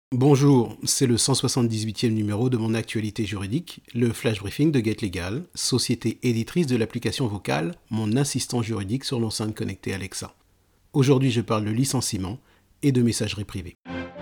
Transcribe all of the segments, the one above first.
Bonjour, c'est le 178e numéro de mon actualité juridique, le flash briefing de Get Legal, société éditrice de l'application vocale, mon assistant juridique sur l'enceinte connectée Alexa. Aujourd'hui, je parle de licenciement et de messagerie privée.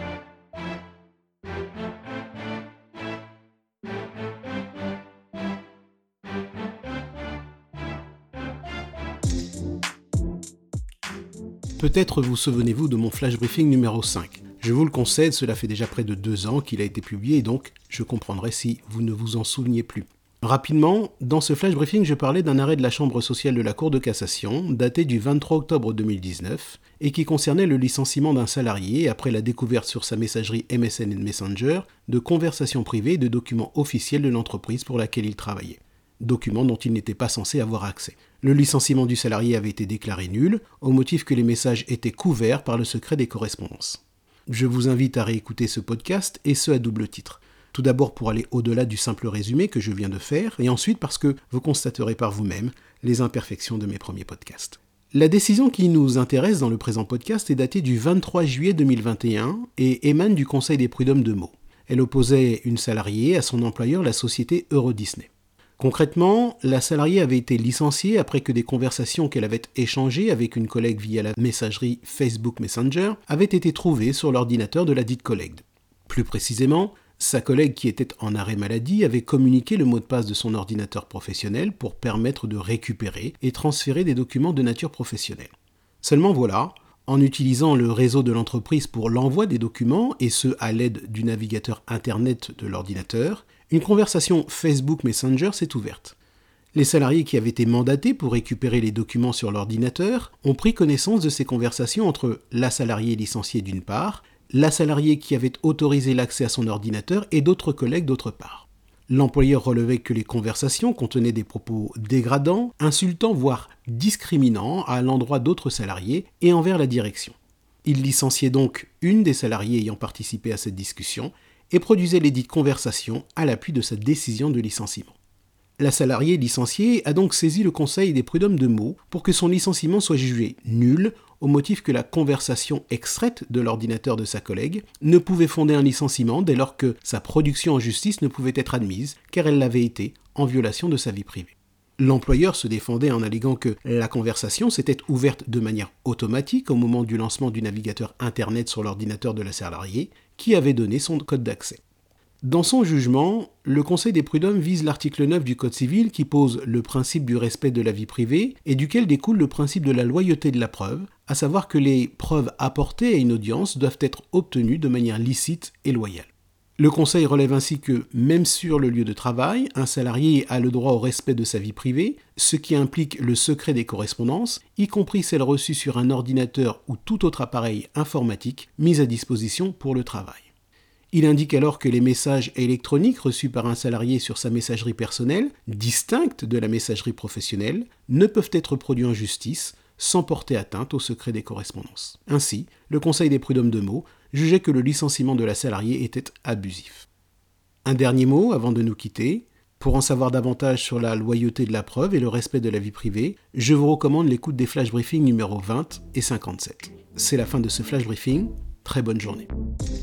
Peut-être vous souvenez-vous de mon flash briefing numéro 5. Je vous le concède, cela fait déjà près de 2 ans qu'il a été publié et donc je comprendrai si vous ne vous en souveniez plus. Rapidement, dans ce flash briefing, je parlais d'un arrêt de la Chambre sociale de la Cour de cassation, daté du 23 octobre 2019, et qui concernait le licenciement d'un salarié après la découverte sur sa messagerie MSN et Messenger de conversations privées et de documents officiels de l'entreprise pour laquelle il travaillait. Documents dont il n'était pas censé avoir accès. Le licenciement du salarié avait été déclaré nul, au motif que les messages étaient couverts par le secret des correspondances. Je vous invite à réécouter ce podcast, et ce à double titre. Tout d'abord pour aller au-delà du simple résumé que je viens de faire, et ensuite parce que vous constaterez par vous-même les imperfections de mes premiers podcasts. La décision qui nous intéresse dans le présent podcast est datée du 23 juillet 2021 et émane du Conseil des prud'hommes de Meaux. Elle opposait une salariée à son employeur, la société Eurodisney. Concrètement, la salariée avait été licenciée après que des conversations qu'elle avait échangées avec une collègue via la messagerie Facebook Messenger avaient été trouvées sur l'ordinateur de la dite collègue. Plus précisément, sa collègue qui était en arrêt maladie avait communiqué le mot de passe de son ordinateur professionnel pour permettre de récupérer et transférer des documents de nature professionnelle. Seulement voilà, en utilisant le réseau de l'entreprise pour l'envoi des documents, et ce à l'aide du navigateur Internet de l'ordinateur, une conversation Facebook Messenger s'est ouverte. Les salariés qui avaient été mandatés pour récupérer les documents sur l'ordinateur ont pris connaissance de ces conversations entre la salariée licenciée d'une part, la salariée qui avait autorisé l'accès à son ordinateur et d'autres collègues d'autre part. L'employeur relevait que les conversations contenaient des propos dégradants, insultants voire discriminants à l'endroit d'autres salariés et envers la direction. Il licenciait donc une des salariées ayant participé à cette discussion et produisait les dites conversations à l'appui de sa décision de licenciement. La salariée licenciée a donc saisi le Conseil des prud'hommes de Meaux pour que son licenciement soit jugé nul au motif que la conversation extraite de l'ordinateur de sa collègue ne pouvait fonder un licenciement dès lors que sa production en justice ne pouvait être admise car elle l'avait été en violation de sa vie privée. L'employeur se défendait en alléguant que la conversation s'était ouverte de manière automatique au moment du lancement du navigateur Internet sur l'ordinateur de la salariée qui avait donné son code d'accès. Dans son jugement, le Conseil des prud'hommes vise l'article 9 du Code civil qui pose le principe du respect de la vie privée et duquel découle le principe de la loyauté de la preuve, à savoir que les preuves apportées à une audience doivent être obtenues de manière licite et loyale. Le Conseil relève ainsi que, même sur le lieu de travail, un salarié a le droit au respect de sa vie privée, ce qui implique le secret des correspondances, y compris celles reçues sur un ordinateur ou tout autre appareil informatique mis à disposition pour le travail. Il indique alors que les messages électroniques reçus par un salarié sur sa messagerie personnelle, distincte de la messagerie professionnelle, ne peuvent être produits en justice sans porter atteinte au secret des correspondances. Ainsi, le Conseil des prud'hommes de Meaux jugeait que le licenciement de la salariée était abusif. Un dernier mot avant de nous quitter. Pour en savoir davantage sur la loyauté de la preuve et le respect de la vie privée, je vous recommande l'écoute des flash briefings numéro 20 et 57. C'est la fin de ce flash briefing. Très bonne journée.